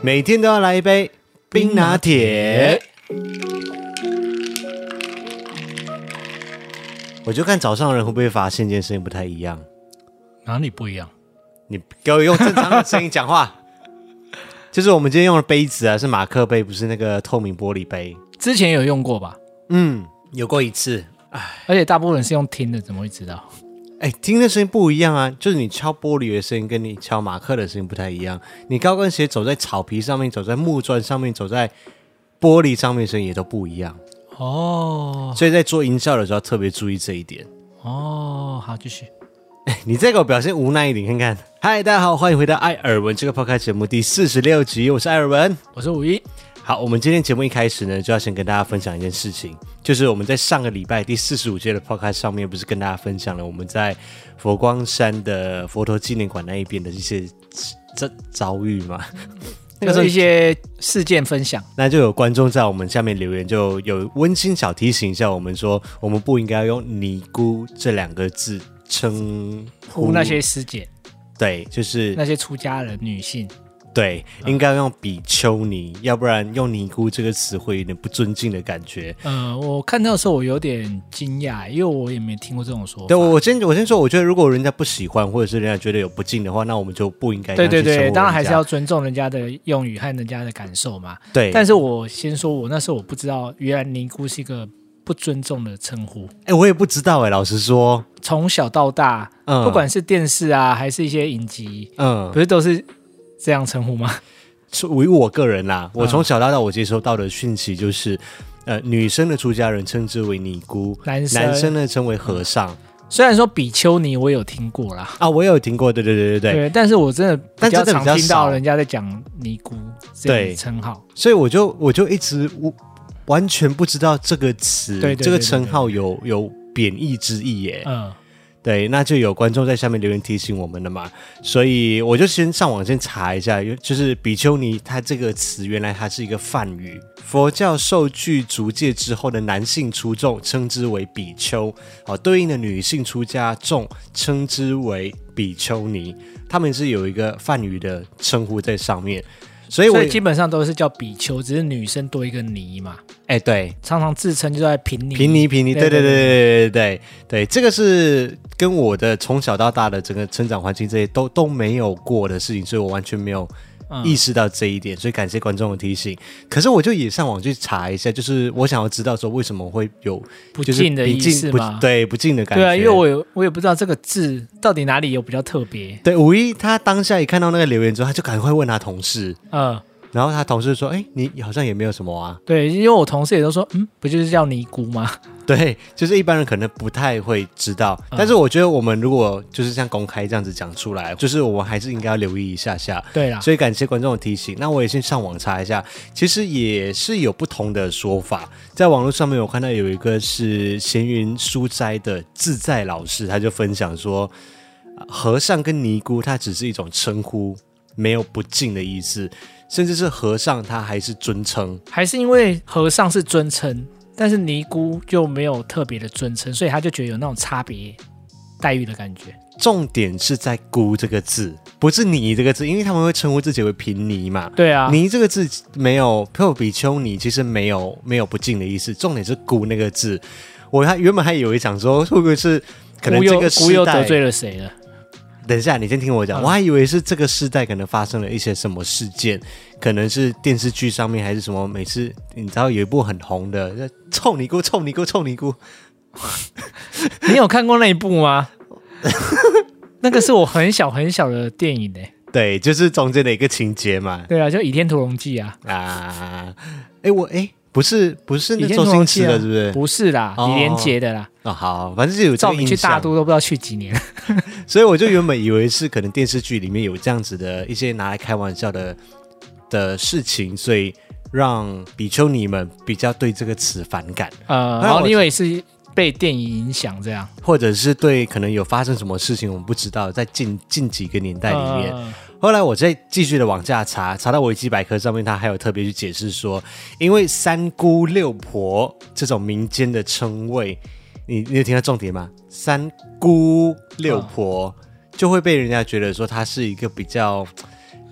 每天都要来一杯冰拿铁。我就看早上的人会不会发现这件事情不太一样。 哪里不一样？ 你给我用正常的声音讲话。就是我们今天用的杯子啊，是马克杯，不是那个透明玻璃杯。 之前有用过吧？ 有过一次。 而且大部分人是用听的，怎么会知道？ 听的声音不一样啊，就是你敲玻璃的声音跟你敲马克的声音不太一样。你高跟鞋走在草皮上面，走在木砖上面，走在玻璃上面的声音也都不一样。 哦， 所以在做音效的时候要特别注意这一点。 哦，好，继续。 你再给我表现无奈一点看看。嗨，大家好，欢迎回到艾尔文这个 podcast 节目第46集，我是艾尔文， 我是51。 好，我们今天节目一开始呢，就要先跟大家分享一件事情，就是我们在上个礼拜第45届的 podcast 上面，不是跟大家分享了我们在佛光山的佛陀纪念馆那一边的一些遭遇吗？ 就是一些事件分享， 那就有观众在我们下面留言，就有温馨小提醒一下我们说，我们不应该用尼姑这两个字称呼那些师姐， 对，就是那些出家人女性， 对，应该用比丘尼，要不然用尼姑这个词会有点不尊敬的感觉。 我看到的时候我有点惊讶，因为我也没听过这种说法。 对，我先说，我觉得如果人家不喜欢，或者是人家觉得有不敬的话，那我们就不应该这样去称呼人家。 对，当然还是要尊重人家的用语和人家的感受嘛。 对， 但是我先说，我那时候我不知道，原来尼姑是一个不尊重的称呼。 我也不知道老实说， 从小到大，不管是电视啊，还是一些影集，不是都是这样称呼吗？ 以我个人啦，我从小到大我接收到的讯息就是，女生的出家人称之为尼姑，男生呢称为和尚。虽然说比丘尼我有听过啦， 我也有听过，对， 但是我真的比较常听到人家在讲尼姑这个称号， 所以我就一直完全不知道这个词，这个称号有贬义之意耶。对，那就有观众在下面留言提醒我们了嘛，所以我就先上网先查一下，就是比丘尼它这个词原来它是一个梵语，佛教受具足戒之后的男性出众称之为比丘，对应的女性出家众称之为比丘尼，他们是有一个梵语的称呼在上面。所以基本上都是叫比丘，只是女生多一个尼嘛。 对， 常常自称就在平尼， 对，这个是跟我的从小到大的整个成长环境这些都没有过的事情，所以我完全没有意识到这一点，所以感谢观众的提醒。可是我就也上网去查一下，就是我想要知道说为什么会有不敬的意思吗？ 对，不敬的感觉。 对啊，因为我也不知道这个字到底哪里有比较特别。 对，51他当下一看到那个留言之后，他就赶快问他同事，然后他同事说：“你好像也没有什么啊。” 对，因为我同事也都说：“不就是叫尼姑吗？” 对，就是一般人可能不太会知道，但是我觉得我们如果就是像公开这样子讲出来，就是我们还是应该要留意一下下。 对啦， 所以感谢观众的提醒。那我也先上网查一下，其实也是有不同的说法。在网络上面，我看到有一个是闲云书斋的自在老师，他就分享说，和尚跟尼姑它只是一种称呼，没有不敬的意思。甚至是和尚他还是尊称， 还是因为和尚是尊称，但是尼姑就没有特别的尊称，所以他就觉得有那种差别待遇的感觉。 重点是在姑这个字，不是尼这个字，因为他们会称呼自己为平尼嘛。 对啊， 尼这个字没有，比丘尼其实没有不敬的意思，重点是姑那个字。我原本还以为讲说会不会是可能这个时代姑又得罪了谁了？ 等一下，你先听我讲。我还以为是这个世代可能发生了一些什么事件，可能是电视剧上面还是什么。每次你知道有一部很红的《臭尼姑》，臭尼姑，臭尼姑。 你有看过那一部吗？那个是我很小很小的电影欸。 对，就是中间的一个情节嘛。 对啊，就《倚天屠龙记》啊。 不是那周星驰的，是不是？ 不是啦，李连杰的啦。 好，反正就有这个印象。 照你去大都都不知道去几年。 所以我就原本以为是可能电视剧里面有这样子的一些拿来开玩笑的事情，所以让比丘尼们比较对这个词反感。 然后因为是被电影影响这样， 或者是对可能有发生什么事情我们不知道，在近几个年代里面。后来我再继续的往下查到维基百科上面，他还有特别去解释说，因为三姑六婆这种民间的称谓，你有听到重点吗？三姑六婆就会被人家觉得说它是一个比较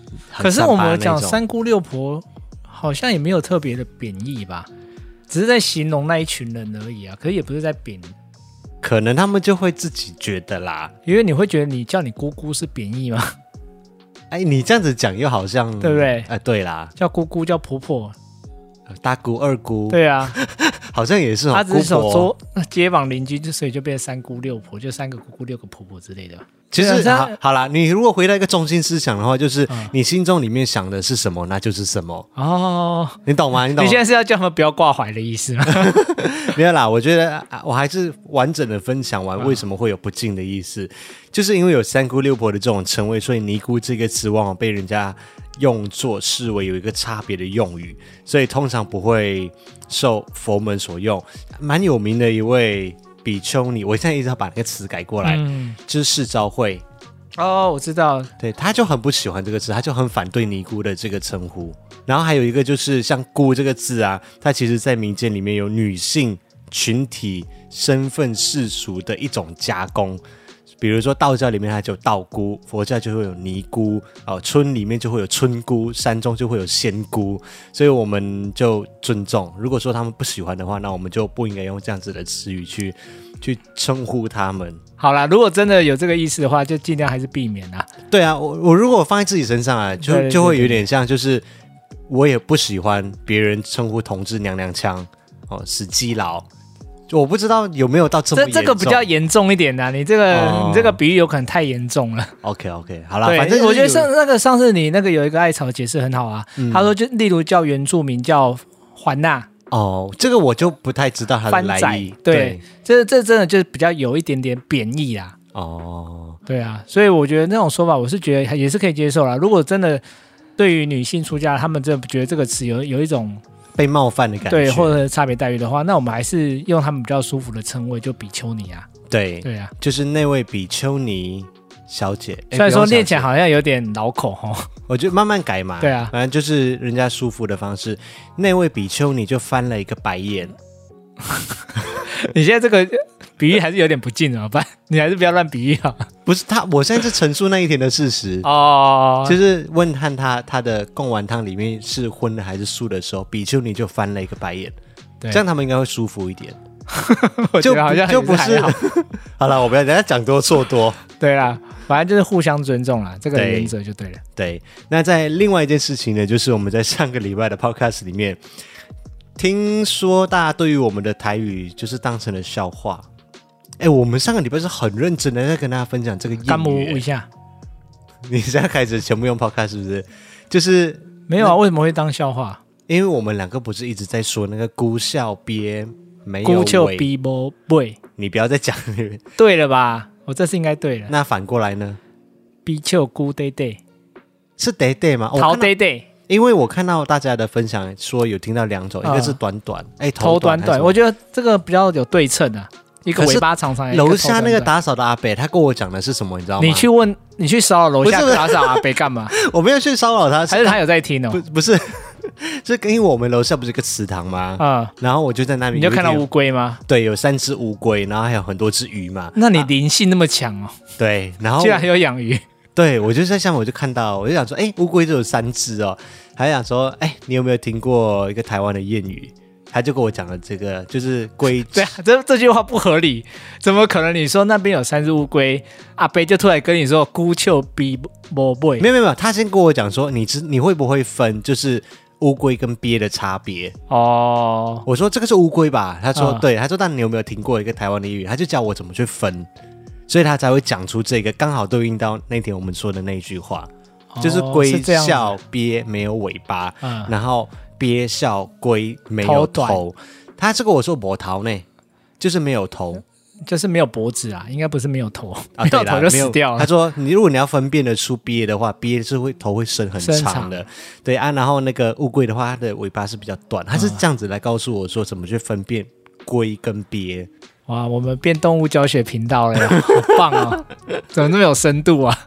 可是我们讲三姑六婆好像也没有特别的贬义吧，只是在形容那一群人而已啊，可是也不是在贬。 可能他们就会自己觉得啦， 因为你会觉得你叫你姑姑是贬义吗？ 哎，你这样子讲又好像对不对？ 对啦， 叫姑姑叫婆婆， 大姑二姑， 对啊， 好像也是。 他只是说街坊邻居，所以就变三姑六婆，就3个姑姑6个婆婆之类的。 其实好啦，你如果回到一个中心思想的话，就是你心中里面想的是什么，那就是什么哦。你懂吗？你懂吗？ 你现在是要叫他们不要挂怀的意思吗？ 没有啦，我觉得我还是完整的分享完为什么会有不敬的意思，就是因为有三姑六婆的这种称谓，所以尼姑这个词往往被人家用作视为有一个差别的用语，所以通常不会受佛门所用。蛮有名的一位比丘尼，我现在一直要把那个词改过来，就是释昭慧。 哦，我知道， 对，他就很不喜欢这个词，他就很反对尼姑的这个称呼。然后还有一个就是像姑这个字啊，它其实在民间里面有女性群体身份世俗的一种加工。比如说道教里面它就有道姑，佛教就会有尼姑，村里面就会有村姑，山中就会有仙姑，所以我们就尊重。如果说他们不喜欢的话，那我们就不应该用这样子的词语去称呼他们。 好啦，如果真的有这个意思的话，就尽量还是避免啦。 对啊，我如果放在自己身上啊，就会有点像，就是我也不喜欢别人称呼同志娘娘腔，死基佬。我不知道有没有到这么严重， 这个比较严重一点的，你这个比喻有可能太严重了。 OK， 好了，反正我觉得上次你那个有一个艾草解释很好啊，他说就例如叫原住民叫环纳。 这个我就不太知道它的来意。 对，这真的就是比较有一点点贬义啦。对啊，所以我觉得那种说法，我是觉得也是可以接受啦。如果真的对于女性出家，他们真的觉得这个词有一种被冒犯的感觉， 对，或者差别待遇的话，那我们还是用他们比较舒服的称谓，就比丘尼啊。 对啊， 就是那位比丘尼小姐。 虽然说念起来好像有点老口齁， 我就慢慢改嘛。 对啊， 反正就是人家舒服的方式。那位比丘尼就翻了一个白眼。 你现在这个比喻还是有点不敬，怎么办？你还是不要乱比喻好。 不是他，我现在是陈述那一天的事实就是问看他的贡丸汤里面是荤的还是素的时候，比丘尼就翻了一个白眼，这样他们应该会舒服一点。 我觉得好像就不是好了，我不要等下讲多错多。 对啦，反正就是互相尊重啦，这个原则就对了。 对，那在另外一件事情呢，就是我们在上个礼拜的 podcast 里面，听说大家对于我们的台语就是当成了笑话。我们上个礼拜是很认真的在跟大家分享这个谚语。干摸一下， 你现在开始全部用 podcast 是不是？就是没有啊？为什么会当笑话？ 因为我们两个不是一直在说那个姑笑鳖没有尾， 姑笑鳖没尾， 你不要再讲了。 对了吧？我这次应该对了。 那反过来呢？ 鳖笑姑爹爹是爹爹吗？ 头爹爹。 因为我看到大家的分享说有听到2种，一个是短短， 头短短，我觉得这个比较有对称啊。一个尾巴长长， 楼下那个打扫的阿伯，他跟我讲的是什么？你知道吗？ 你去骚扰楼下打扫阿伯干嘛？ 我没有去骚扰他， 还是他有在听哦？ 不是，是因为我们楼下不是一个祠堂吗？然后我就在那边， 你就看到乌龟吗？ 对，有3只乌龟，然后还有很多只鱼嘛。 那你灵性那么强哦？ 对，然后居然还有养鱼。 对，我就在下面，我就看到，我就想说，乌龟就有3只哦，还想说，你有没有听过一个台湾的谚语？他就跟我讲了这个，就是龟。 对啊，这句话不合理，怎么可能？你说那边有3只乌龟，阿伯就突然跟你说姑笑鳖没尾。 没有，他先跟我讲说，你会不会分就是乌龟跟鳖的差别？我说这个是乌龟吧？他说对，他说但你有没有听过一个台湾的谚语？他就教我怎么去分，所以他才会讲出这个，刚好对应到那天我们说的那句话，就是龟笑鳖没有尾巴，然后鳖笑龟没有头。他这个我说没头呢，就是没有头， 就是没有脖子啊，应该不是没有头啊， 没有头就死掉了。 他说如果你要分辨得出鳖的话，鳖是头会伸很长的，对啊，然后那个乌龟的话，它的尾巴是比较短，他是这样子来告诉我说怎么去分辨龟跟鳖。 哇，我们变动物教学频道了，好棒哦！怎么那么有深度啊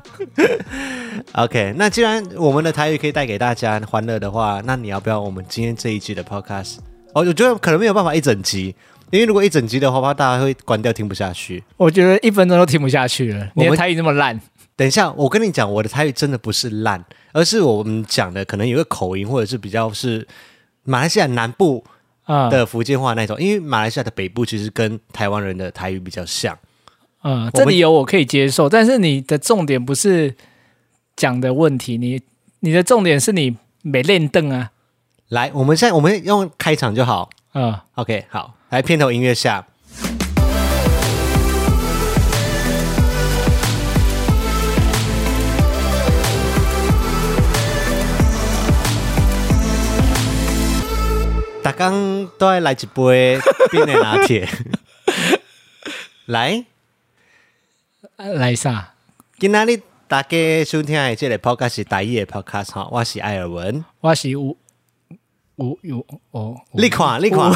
？OK， 那既然我们的台语可以带给大家欢乐的话，那你要不要我们今天这一集的 podcast？ 我觉得可能没有办法一整集，因为如果一整集的话，大家会关掉听不下去。 我觉得1分钟都听不下去了，你的台语那么烂。 等一下，我跟你讲，我的台语真的不是烂，而是我们讲的可能有个口音，或者是比较是马来西亚南部的福建话那种，因为马来西亚的北部其实跟台湾人的台语比较像。 这里有我可以接受，但是你的重点不是讲的问题，你的重点是你没练凳啊。 来，我们用开场就好。OK， 好，来片头音乐下。大家都要来一杯冰的拿铁。来啥？ 今天大家收听的这个 podcast 是台语的 podcast 哈，我是艾尔文， 我是有， 你看，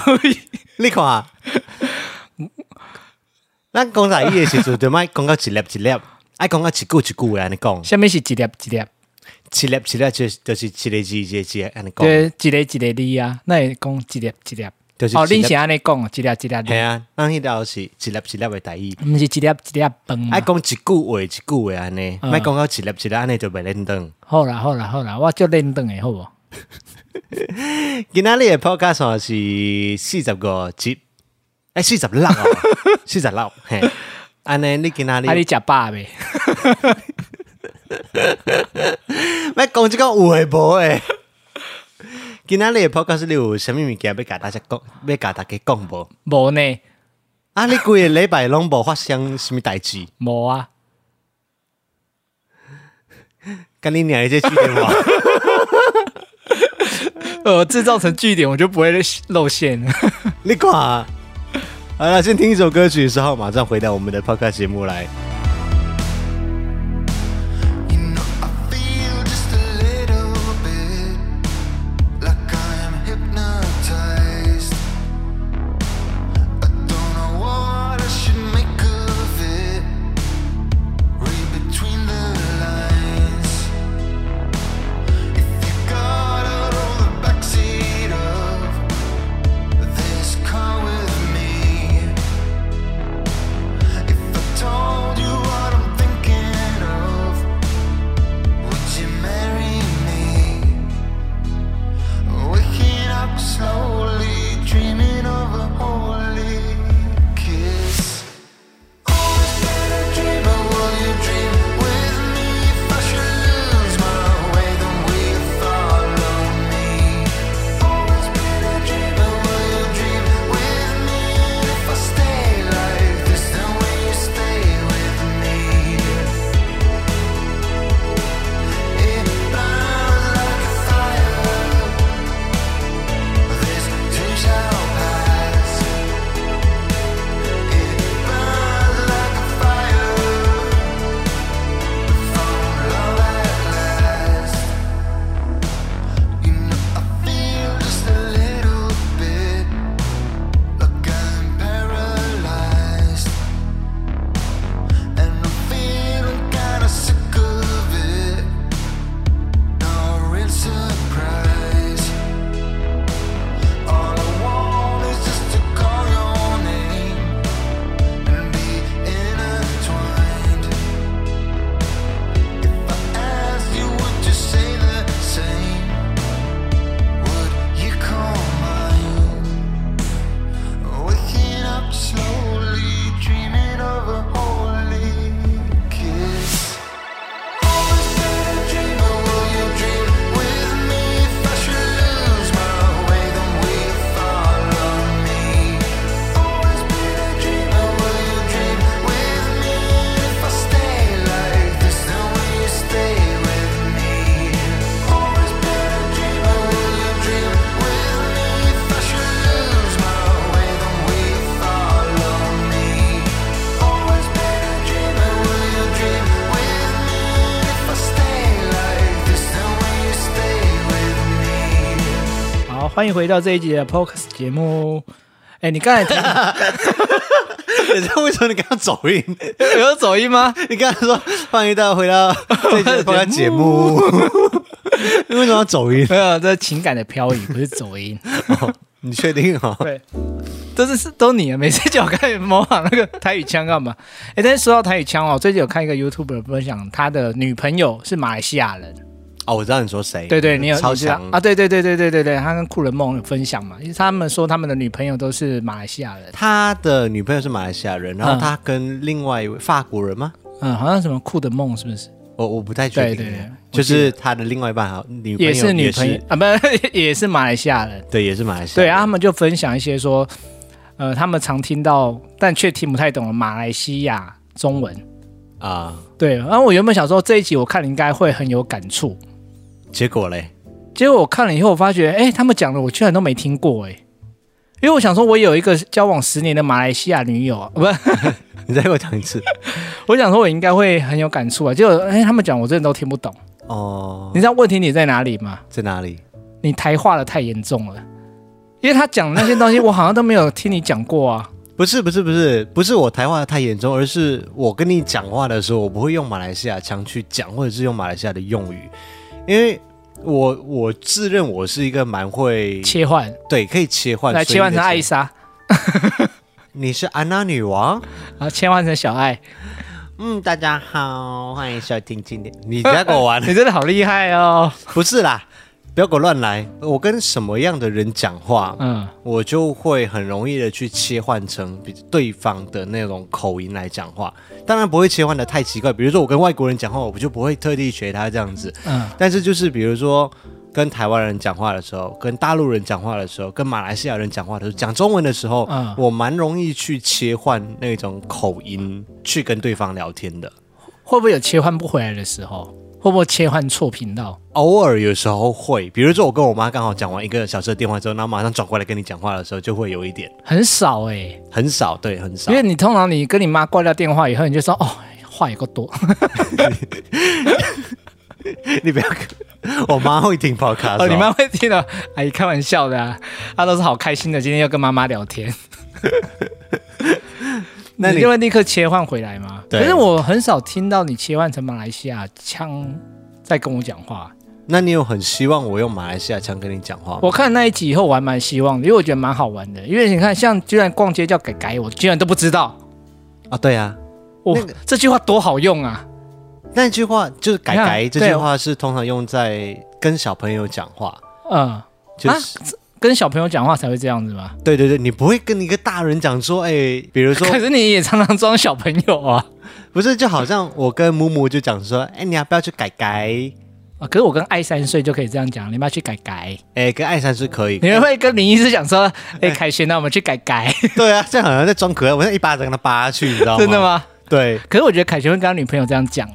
咱讲台语的时阵，就莫讲到一粒一粒，爱讲到一句一句的安尼讲。 什么是一粒一粒？ 一粒一粒就是一个字一个字安尼讲。 对，一个一个字啊，那会讲一粒一粒。就是恁是安尼讲，一粒一粒。 系啊，咱迄条是一粒一粒的台语， 毋是一粒一粒饭。 爱讲一句话一句话安尼，莫讲到一粒一粒安尼就袂认同。 好啦，我就认同的好无？ 今仔日的 podcast 是40集，46哦，46嘿。安尼你今仔日， 你食饱未？ 莫讲即个有诶无诶。今仔日的 podcast 你有啥物物件要甲大家讲无？ 无呢。 你规个礼拜拢无发生什么代志？ 无啊。 跟你娘这句点话。 制造成句点，我就不会露馅。 你看，好了，先听一首歌曲之后，马上回到我们的 podcast 节目来。 欢迎回到这一集的 Podcast 节目。你刚才听， 你知道为什么你刚刚走音？ 有走音吗？ 你刚才说欢迎大家回到这一集的 Podcast 节目，你为什么要走音？ 没有，这情感的漂移不是走音。 你确定？ 对。 都你啊，每次叫我看模仿那个台语腔干嘛？但是说到台语腔哦，最近有看一个 YouTuber 分享，他的女朋友是马来西亚人。 哦，我知道你说谁。 对，你有超强啊？对，他跟酷人梦有分享嘛，因为他们说他们的女朋友都是马来西亚人。 他的女朋友是马来西亚人，然后他跟另外一位法国人吗？ 好像什么酷的梦是不是？ 我不太确定。对，就是他的另外一半女朋友也是女朋友啊，不也是马来西亚人。 对，也是马来西亚人。 对啊，他们就分享一些说，他们常听到但却听不太懂的马来西亚中文啊。对，然后我原本想说这一集我看了应该会很有感触， 结果嘞？ 结果我看了以后，我发觉，他们讲的我居然都没听过，因为我想说，我有一个交往10年的马来西亚女友，不是。 你再给我讲一次。 我想说，我应该会很有感触啊。结果，他们讲我真的都听不懂。哦，你知道问题你在哪里吗？ 在哪里？ 你台化的太严重了。因为他讲那些东西，我好像都没有听你讲过啊。 不是我台化的太严重，而是我跟你讲话的时候，我不会用马来西亚腔去讲，或者是用马来西亚的用语，因为我自认我是一个蛮会切换， 对，可以切换， 来切换成艾莎。 你是安娜女王， 然后切换成小爱。 大家好，欢迎收听今天。你不要跟我玩， 你真的好厉害哦！ 不是啦，不要给我乱来。我跟什么样的人讲话，我就会很容易的去切换成对方的那种口音来讲话。当然不会切换的太奇怪，比如说我跟外国人讲话，我就不会特地学他这样子。但是就是比如说跟台湾人讲话的时候，跟大陆人讲话的时候，跟马来西亚人讲话的时候，讲中文的时候，我蛮容易去切换那种口音去跟对方聊天的。 会不会有切换不回来的时候？会不会切换错频道？ 偶尔有时候会，比如说我跟我妈刚好讲完1个小时的电话之后，然后马上转过来跟你讲话的时候，就会有一点。 很少很少，对，很少。 因为你通常你跟你妈挂掉电话以后，你就说话也够多。 你不要，我妈会听 podcast 你妈会听的。阿姨开玩笑的啊，她都是好开心的，今天要跟妈妈聊天。那你就会立刻切换回来吗？可是我很少听到你切换成马来西亚腔在跟我讲话。 那你有很希望我用马来西亚腔跟你讲话吗？ 我看那一集以后我还蛮希望的，因为我觉得蛮好玩的。因为你看，像居然逛街叫改改，我居然都不知道啊。对啊， 这句话多好用啊！ 那句话就是改改，这句话是通常用在跟小朋友讲话。就是跟小朋友讲话才会这样子吗？ 对，你不会跟一个大人讲说，比如说， 可是你也常常装小朋友啊。 不是，就好像我跟木木就讲说，你要不要去改改？ 可是我跟爱3岁就可以这样讲，你要不要去改改？ 跟爱3岁可以。 你会跟林医师讲说，凯旋，那我们去改改。对啊，这样好像在装可爱，我像一巴掌跟他扒下去，你知道吗？ 真的吗？ 对。 可是我觉得凯旋会跟他女朋友这样讲，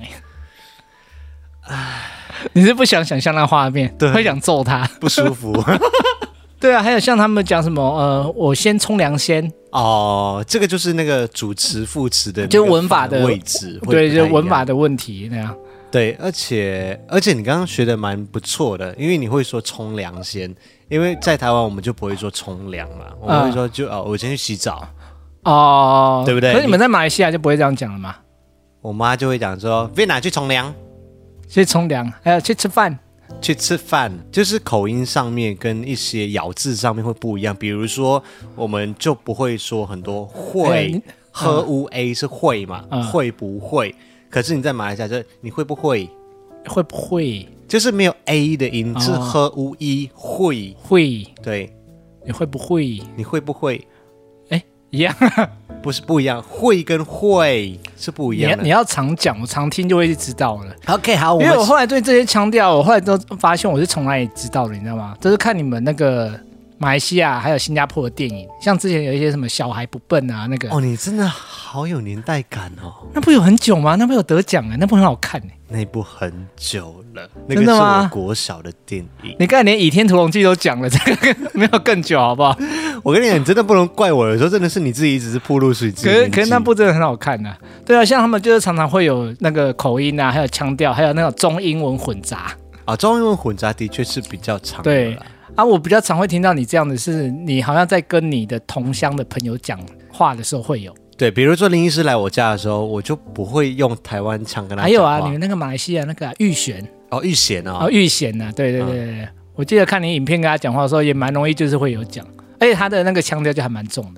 你是不想想象那画面，会想揍他， 不舒服。 对啊，还有像他们讲什么，我先冲凉先。 这个就是那个主词副词的， 就文法的位置， 对，就文法的问题那样。 对，而且你刚刚学的蛮不错的，因为你会说冲凉先，因为在台湾我们就不会说冲凉嘛，我们会说我先去洗澡。对不对？ 可是你们在马来西亚就不会这样讲了吗？ 我妈就会讲说 Vina 去冲凉， 去冲凉，还有去吃饭。 去吃饭，就是口音上面跟一些咬字上面会不一样。比如说，我们就不会说很多会，喝乌 a 是会嘛，会不会？可是你在马来西亚，就你会不会？ 会不会？ 就是没有 a 的音，是喝乌 e 会。对， 你会不会？ 你会不会？ 一样。 不是不一样，会跟会是不一样的。 你要常讲，我常听就会知道了。 OK， 好， 因为我后来对这些腔调，我后来都发现我是从哪里知道的，你知道吗？就是看你们那个马来西亚还有新加坡的电影，像之前有一些什么小孩不笨啊那个。 你真的好有年代感哦。 那部有很久吗？那部有得奖那部很好看那部很久了， 真的吗？ 那个是我国小的电影。 你刚才连《倚天屠龙记》都讲了，这个没有更久，好不好？ 我跟你讲，你真的不能怪我，有时候真的是你自己一直是暴露水之。 可是那部真的很好看啊。对啊，像他们就是常常会有那个口音啊，还有腔调，还有那种中英文混杂中英文混杂的确是比较常的啦。 对我比较常会听到你这样的是，你好像在跟你的同乡的朋友讲话的时候会有。对， 比如说林医师来我家的时候，我就不会用台湾腔跟他讲话。 还有啊，你们那个马来西亚那个玉璇玉贤玉贤啊，对，我记得看你影片跟他讲话的时候，也蛮容易就是会有讲，而且他的那个腔调就还蛮重的。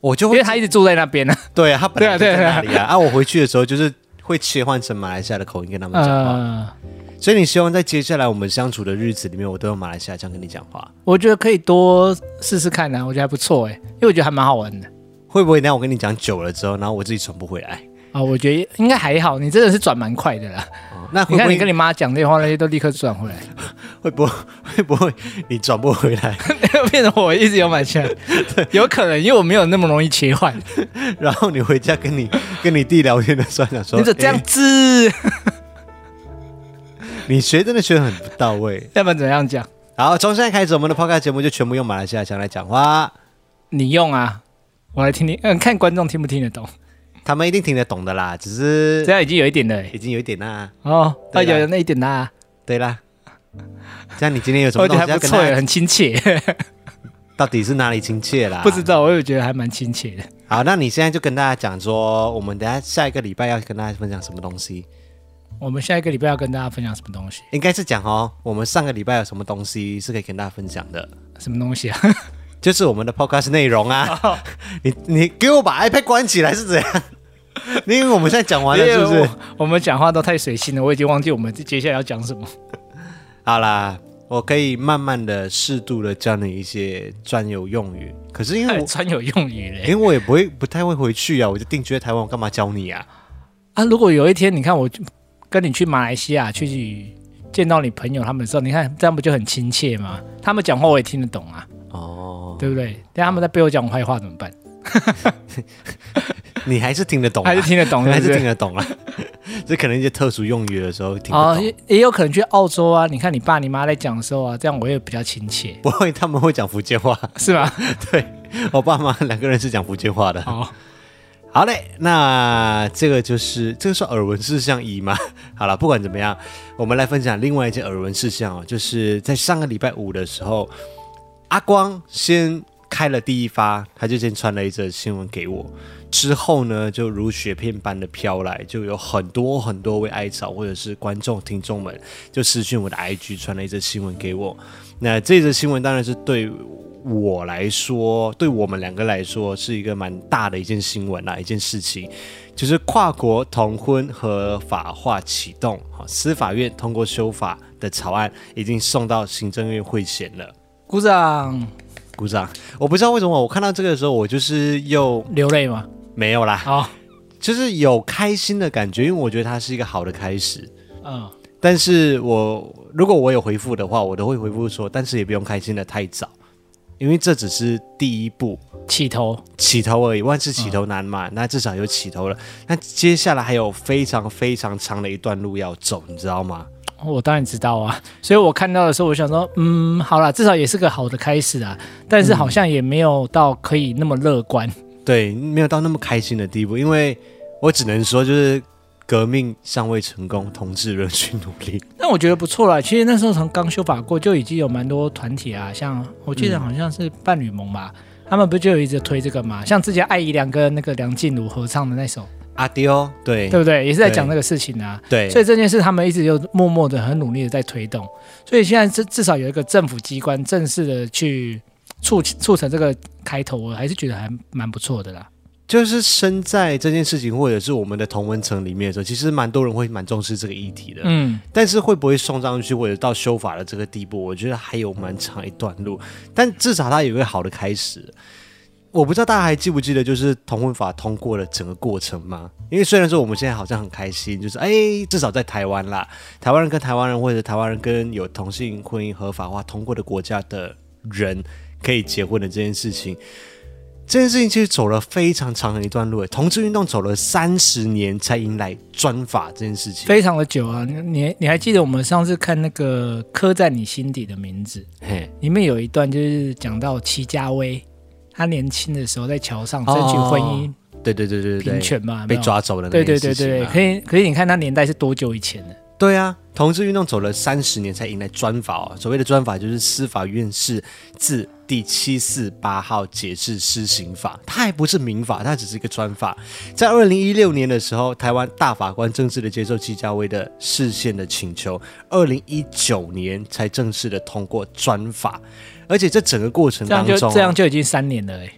我就会因为他一直住在那边呢。 对啊，他本来就在那里啊。我回去的时候就是会切换成马来西亚的口音跟他们讲话。所以你希望在接下来我们相处的日子里面，我都用马来西亚腔跟你讲话？ 我觉得可以多试试看啊，我觉得还不错因为我觉得还蛮好玩的。 会不会等我跟你讲久了之后，然后我自己转不回来？ 我觉得应该还好，你真的是转蛮快的啦。 那你看你跟你妈讲电话那些都立刻转回来， 会不会你转不回来， 变成我一直有买下来？有可能，因为我没有那么容易切换。 然后你回家跟你弟聊天的时候，想说你怎么这样子？ 你真的学得很不到位， 要不然怎样讲？ 好，从现在开始，我们的 podcast 节目就全部用马来西亚腔来讲话。 你用啊，我来听听，看观众听不听得懂。 他们一定听得懂的啦，只是这样已经有一点了， 已经有一点啦。 有那一点啦。 对啦，这样你今天有什么东西要跟我觉得还不错，很亲切。 到底是哪里亲切啦？ 不知道，我也觉得还蛮亲切的。 好，那你现在就跟大家讲说，我们等下一个礼拜要跟大家分享什么东西？ 我们下一个礼拜要跟大家分享什么东西？ 应该是讲我们上个礼拜有什么东西是可以跟大家分享的？ 什么东西啊？ 就是我们的 podcast 内容啊。你给我把 iPad 关起来是怎样？因为我们现在讲完了，是不是？ 我们讲话都太随性了，我已经忘记我们接下来要讲什么。 好啦，我可以慢慢的、适度的教你一些专有用语。可是因为专有用语嘞， 因为我也不太会回去啊，我就定居在台湾，我干嘛教你啊？ 如果有一天你看我跟你去马来西亚去见到你朋友他们的时候，你看这样不就很亲切吗？他们讲话我也听得懂啊。对不对？但他们在背后讲我坏话怎么办？ 你还是听得懂， 还是听得懂， 还是听得懂啊。这可能一些特殊用语的时候听不懂。 也有可能去澳洲啊。你看你爸你妈在讲的时候啊，这样我也比较亲切。 不会，他们会讲福建话， 是吗？ 对，我爸妈2个人是讲福建话的。好嘞，那这个算耳闻事项1吗？好了，不管怎么样，我们来分享另外一件耳闻事项就是在上个礼拜5的时候，阿光先开了第一发，他就先传了一则新闻给我，之后呢就如雪片般的飘来，就有很多位艾草或者是观众听众们就私讯我的 IG 传了一则新闻给我。那这则新闻当然是对我来说，对我们2个来说是一个蛮大的一件新闻啦，一件事情，就是跨国同婚合法化启动，司法院通过修法的草案已经送到行政院会审了。 鼓掌！ 鼓掌！我不知道为什么我看到这个的时候，我就是又流泪吗？ 没有啦，就是有开心的感觉，因为我觉得它是一个好的开始。但是如果我有回复的话，我都会回复说，但是也不用开心的太早，因为这只是第一步，起头而已，万事起头难嘛。那至少有起头了，那接下来还有非常非常长的一段路要走，你知道吗？ 我当然知道啊，所以我看到的时候，我想说，好啦，至少也是个好的开始啊。但是好像也没有到可以那么乐观， 对，没有到那么开心的地步，因为我只能说，就是革命尚未成功，同志仍需努力。 但我觉得不错啦，其实那时候从刚修法过，就已经有蛮多团体啊，像我记得好像是伴侣盟吧，他们不就有一直推这个嘛？像之前艾怡良跟那个梁静茹合唱的那首。 阿丢，对不对？也是在讲那个事情啊。 对， 所以这件事他们一直就默默的、很努力的在推动。所以现在至少有一个政府机关正式的去促成这个开头，我还是觉得还蛮不错的啦。 就是身在这件事情或者是我们的同温层里面的时候，其实蛮多人会蛮重视这个议题的。但是会不会送上去或者到修法的这个地步，我觉得还有蛮长一段路。但至少它有一个好的开始。我不知道大家还记不记得，就是同婚法通过的整个过程吗？因为虽然说我们现在好像很开心，就是至少在台湾啦，台湾人跟台湾人，或者台湾人跟有同性婚姻合法化通过的国家的人可以结婚的这件事情，其实走了非常长的一段路。同志运动走了30年才迎来专法这件事情， 非常的久啊。你还记得我们上次看那个刻在你心底的名字，里面有一段就是讲到戚家威。他年轻的时候在桥上争取婚姻， 对平权嘛， 被抓走了那件事情。 对，可是你看他年代是多久以前的？ 对啊，同志运动走了30年才迎来专法所谓的专法就是司法院释字第748号解释施行法，它还不是民法，它只是一个专法。在2016年的时候，台湾大法官正式的接受戚家威的释宪的请求，2019年才正式的通过专法。而且这整个过程当中， 这样就已经3年了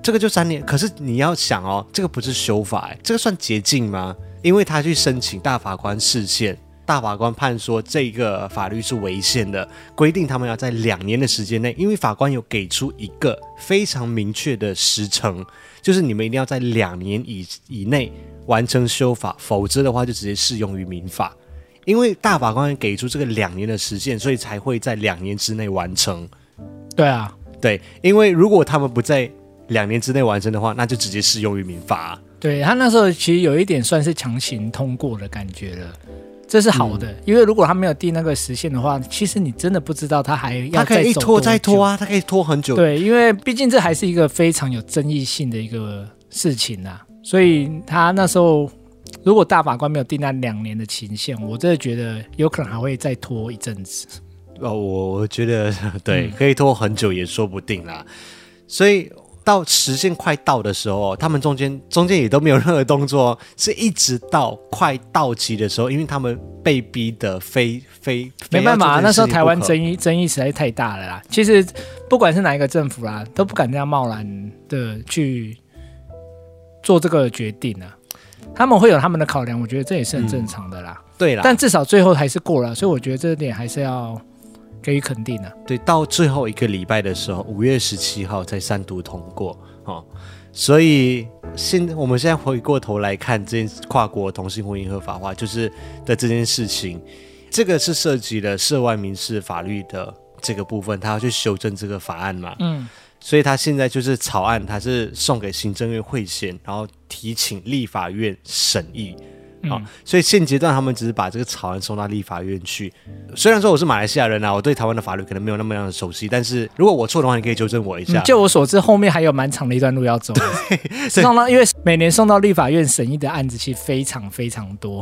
这个就3年。可是你要想哦，这个不是修法，这个算捷径吗？因为他去申请大法官释宪，大法官判说这个法律是违宪的，规定他们要在2年的时间内，因为法官有给出一个非常明确的时程，就是你们一定要在2年以内完成修法，否则的话就直接适用于民法。因为大法官给出这个2年的时限，所以才会在2年之内完成。 对啊， 对，因为如果他们不在2年之内完成的话，那就直接适用于民法啊。 对，他那时候其实有一点算是强行通过的感觉了，这是好的。因为如果他没有定那个时限的话，其实你真的不知道他还要再走多久。他可以一拖再拖啊， 他可以拖很久。 对，因为毕竟这还是一个非常有争议性的一个事情啊，所以他那时候如果大法官没有定那2年的期限，我真的觉得有可能还会再拖一阵子。 我觉得对，可以拖很久也说不定啦。所以到时限快到的时候，他们中间也都没有任何动作，是一直到快到期的时候，因为他们被逼的没办法，那时候台湾争议实在太大了啦。其实不管是哪一个政府啦，都不敢这样贸然的去做这个决定啊。他们会有他们的考量，我觉得这也是很正常的啦。 对啦， 但至少最后还是过了，所以我觉得这一点还是要给予肯定的。 对，到最后1个礼拜的时候，5月17号才3读通过哦。所以我们现在回过头来看这件跨国同性婚姻合法化就是的这件事情，这个是涉及了涉外民事法律的这个部分，他要去修正这个法案嘛。所以他现在就是草案，他是送给行政院会审，然后提请立法院审议。所以现阶段他们只是把这个草案送到立法院去。虽然说我是马来西亚人啊，我对台湾的法律可能没有那么样的熟悉，但是如果我错的话，你可以纠正我一下。 就我所知，后面还有蛮长的一段路要走。因为每年送到立法院审议的案子其实非常非常多。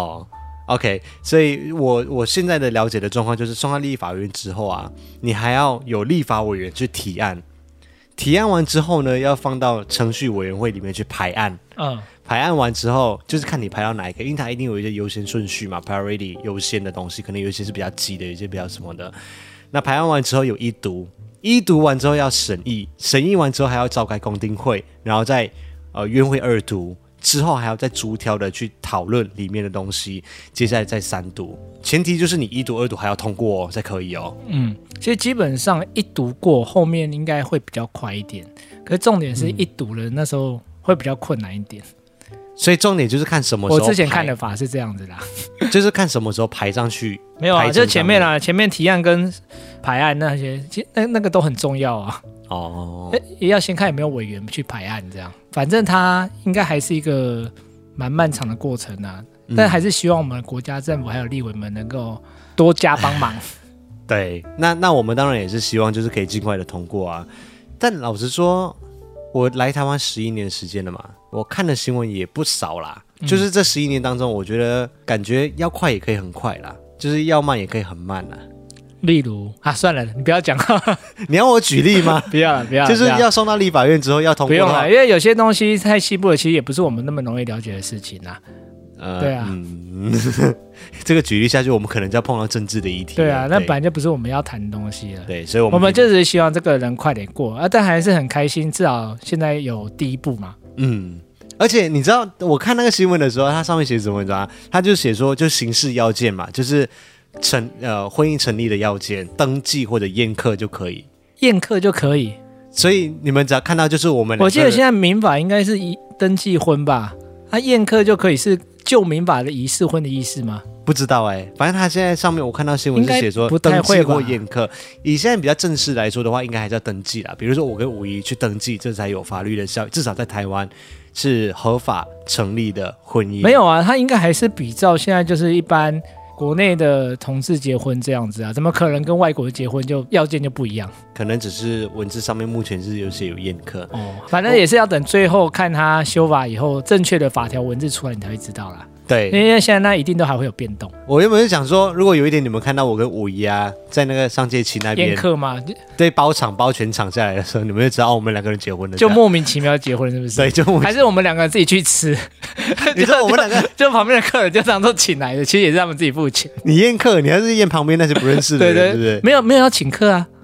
OK， 所以我现在的了解的状况就是送到立法院之后啊，你还要有立法委员去提案，提案完之后呢，要放到程序委员会里面去排案。排案完之后，就是看你排到哪一个，因为它一定有一些优先顺序嘛 ，priority 优先的东西，可能有一些是比较急的，有一些比较什么的。那排案完之后有一读完之后要审议，审议完之后还要召开公听会，然后再院会2读。之后还要再逐条的去讨论里面的东西，接下来再3读，前提就是你1读2读还要通过才可以哦。 其实基本上1读过后面应该会比较快一点，可是重点是1读了那时候会比较困难一点。 所以重点就是看什么时候排。 我之前看的法是这样子啦， 就是看什么时候排上去。 没有啊，就前面啦，前面提案跟排案那些，其实那个都很重要啊。也要先看有没有委员去排案，这样。反正它应该还是一个蛮漫长的过程啊，但还是希望我们国家政府还有立委们能够多加帮忙。 对，那我们当然也是希望就是可以尽快的通过啊。但老实说，我来台湾11年时间了嘛，我看的新闻也不少啦。就是这11年当中，我觉得感觉要快也可以很快啦，就是要慢也可以很慢啦。 例如算了，你不要讲。 你要我举例吗？ 不要了， 就是要送到立法院之后要通过。不用了，因为有些东西太细部了，其实也不是我们那么容易了解的事情啊。对啊， 这个举例下去，我们可能就要碰到政治的议题。 对啊，那本来就不是我们要谈的东西了。 对，所以我们就只是希望这个人快点过啊，但还是很开心，至少现在有第一步嘛。 而且你知道，我看那个新闻的时候，它上面写什么？你知道吗？它就写说，就形式要件嘛，就是婚姻成立的要件，登记或者宴客就可以。 宴客就可以。 所以你们只要看到就是我记得现在民法应该是登记婚吧？宴客就可以是旧民法的仪式婚的意思吗？ 不知道反正他现在上面我看到新闻是写说登记或宴客，以现在比较正式来说的话，应该还是要登记啦。比如说我跟五一去登记，这才有法律的效益，至少在台湾是合法成立的婚姻。 没有啊，他应该还是比照现在就是一般国内的同志结婚这样子啊，怎么可能跟外国结婚就要件就不一样？可能只是文字上面目前是有写有宴客反正也是要等最后看他修法以后正确的法条文字出来，你才会知道啦。 对， 因为现在那一定都还会有变动。 我原本是想说，如果有一天你们看到我跟五一在那个上街期那边宴客嘛， 对，包全场下来的时候，你们就知道我们2个人结婚了， 就莫名其妙结婚了，是不是？ 对，就还是我们2个人自己去吃。 你说我们2个就旁边的客人就当做请来的，其实也是他们自己付钱。 你宴客，你还是宴旁边那些不认识的人，对不对？ 没有要请客啊。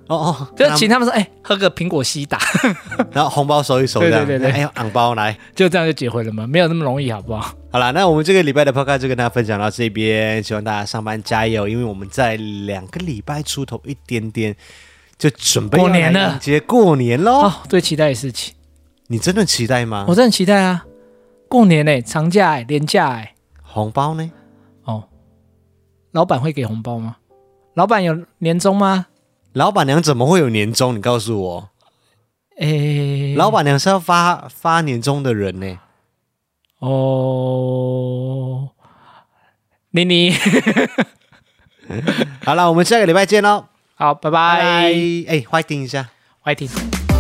就请他们说，喝个苹果西打， 然后红包收一收，对，红包来， 就这样就结婚了吗？没有那么容易，好不好？ 好啦，那我们这个礼拜的 podcast 就跟大家分享到这边，希望大家上班加油，因为我们在2个礼拜出头一点点就准备过年了， 迎接过年咯。 最期待的事情， 你真的期待吗？ 我真的期待啊！过年长假连假红包呢？ 老板会给红包吗？老板有年终吗？ 老板娘怎么会有年终？你告诉我。老板娘是要发年终的人呢。 妮妮。 好了，我们下个礼拜见喽。 好，拜拜。 欢迎一下， 欢迎。